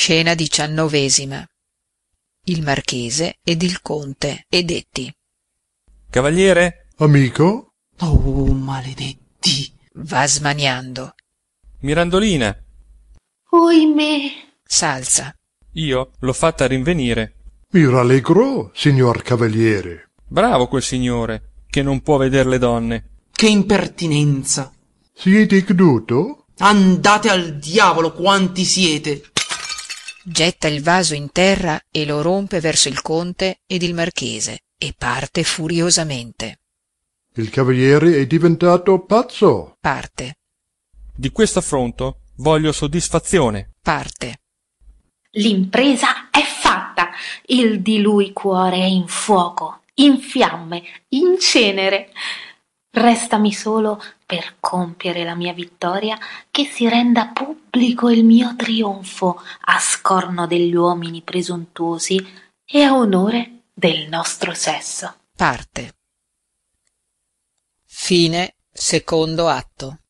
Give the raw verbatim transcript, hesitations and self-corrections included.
Scena diciannovesima. Il marchese ed il conte e detti. Cavaliere? Amico? Oh, maledetti! Va smaniando. Mirandolina? Oimè! S'alza. Io l'ho fatta rinvenire. Mi rallegro, signor cavaliere. Bravo quel signore, che non può veder le donne. Che impertinenza! Siete ignudo? Andate al diavolo, quanti siete! Getta il vaso in terra e lo rompe verso il conte ed il marchese e parte furiosamente. Il cavaliere è diventato pazzo. Parte. Di questo affronto voglio soddisfazione. Parte. L'impresa è fatta, il di lui cuore è in fuoco, in fiamme, in cenere. Restami solo, per compiere la mia vittoria, che si renda pubblico il mio trionfo a scorno degli uomini presuntuosi e a onore del nostro sesso. Parte. Fine secondo atto.